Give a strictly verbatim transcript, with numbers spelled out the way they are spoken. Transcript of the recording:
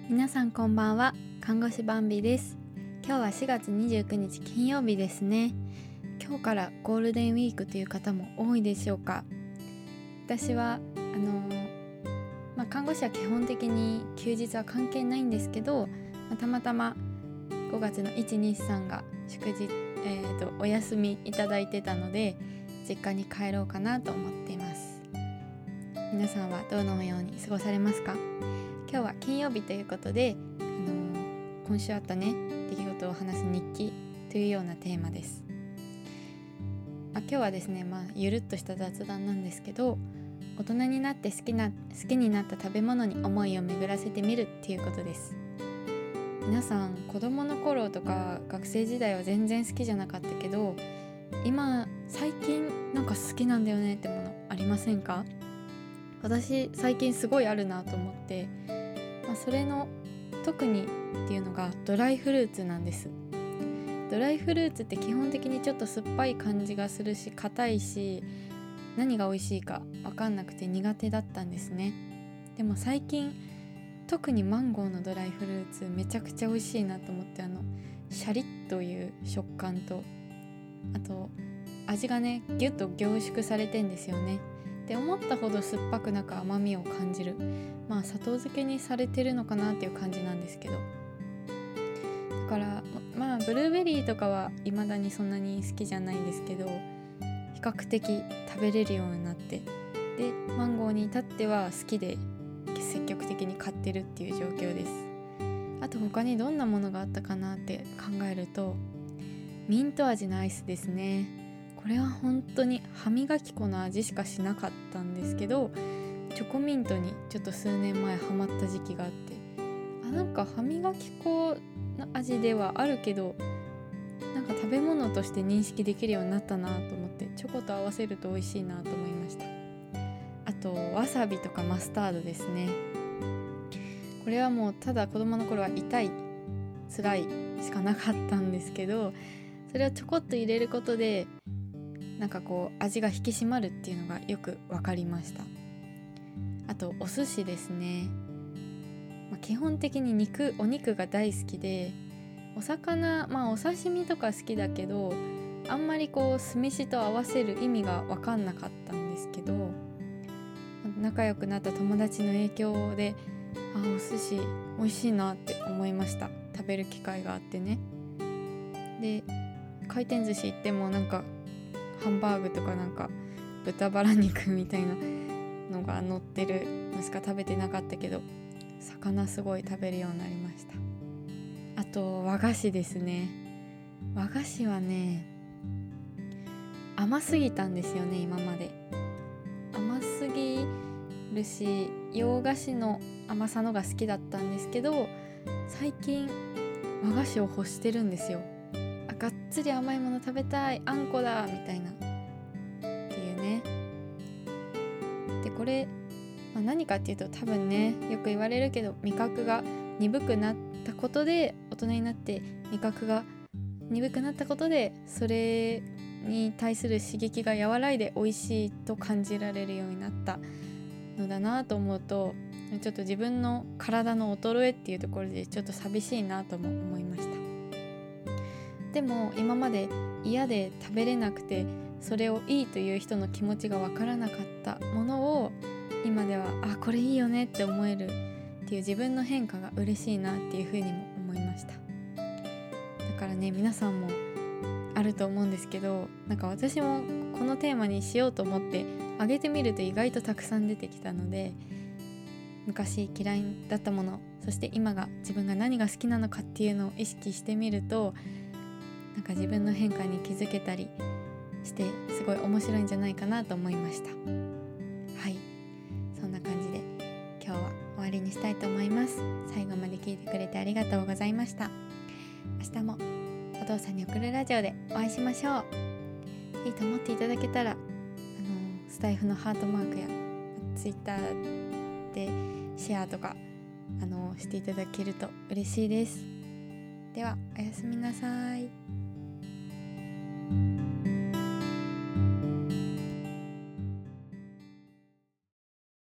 皆さんこんばんは。看護師バンビです。今日はしがつにじゅうくにち金曜日ですね。今日からゴールデンウィークという方も多いでしょうか。私はあのーまあ、看護師は基本的に休日は関係ないんですけど、まあ、たまたまごがつのいち、に、さんが祝日、えー、とお休みいただいてたので実家に帰ろうかなと思っています。皆さんはどのように過ごされますか？今日は金曜日ということで、あのー、今週あったね出来事を話す日記というようなテーマです。まあ、今日はですね、まあ、ゆるっとした雑談なんですけど、大人になって好きな好きになった食べ物に思いを巡らせてみるっていうことです。皆さん子供の頃とか学生時代は全然好きじゃなかったけど、今最近なんか好きなんだよねってものありませんか？私最近すごいあるなと思って、まあ、それの特にっていうのがドライフルーツなんです。ドライフルーツって基本的にちょっと酸っぱい感じがするし、硬いし、何が美味しいか分かんなくて苦手だったんですね。でも最近特にマンゴーのドライフルーツめちゃくちゃ美味しいなと思って、あのシャリッという食感と、あと味がねギュッと凝縮されてんですよね。で思ったほど酸っぱくなく甘みを感じる、まあ砂糖漬けにされてるのかなっていう感じなんですけど、だからまあブルーベリーとかは未だにそんなに好きじゃないんですけど、比較的食べれるようになって、でマンゴーに至っては好きで積極的に買ってるっていう状況です。あと他にどんなものがあったかなって考えると、ミント味のアイスですね。これは本当に歯磨き粉の味しかしなかったんですけど、チョコミントにちょっと数年前ハマった時期があって、あなんか歯磨き粉の味ではあるけど、なんか食べ物として認識できるようになったなと思って、チョコと合わせると美味しいなと思いました。あとわさびとかマスタードですね。これはもうただ子供の頃は痛い辛いしかなかったんですけど、それをちょこっと入れることでなんかこう味が引き締まるっていうのがよく分かりました。あとお寿司ですね、まあ、基本的に肉お肉が大好きで、お魚まあお刺身とか好きだけど、あんまりこう酢飯と合わせる意味が分かんなかったんですけど、仲良くなった友達の影響であお寿司美味しいなって思いました。食べる機会があってね。で回転寿司行ってもなんかハンバーグとかなんか豚バラ肉みたいなのが乗ってるのしか食べてなかったけど、魚すごい食べるようになりました。あと和菓子ですね。和菓子はね甘すぎたんですよね。今まで甘すぎるし洋菓子の甘さのが好きだったんですけど、最近和菓子を欲してるんですよ。あがっつり甘いもの食べたい、あんこだみたいなっていうね。でこれ、まあ、何かっていうと多分ねよく言われるけど、味覚が鈍くなったことで、大人になって味覚が鈍くなったことでそれに対する刺激が和らいで美味しいと感じられるようになったのだなと思うと、ちょっと自分の体の衰えっていうところでちょっと寂しいなとも思いました。でも今まで嫌で食べれなくて、それをいいという人の気持ちが分からなかったものを今ではあこれいいよねって思えるっていう自分の変化が嬉しいなっていうふうにも思いました。だからね皆さんもあると思うんですけど、なんか私もこのテーマにしようと思ってあげてみると意外とたくさん出てきたので、昔嫌いだったもの、そして今が自分が何が好きなのかっていうのを意識してみると、なんか自分の変化に気づけたりしてすごい面白いんじゃないかなと思いました。はい、そんな感じで今日は終わりにしたいと思います。最後まで聞いてくれてありがとうございました。明日もお父さんに送るラジオでお会いしましょう。いいと思っていただけたら、あのスタイフのハートマークやツイッターでシェアとかあのしていただけると嬉しいです。ではおやすみなさい。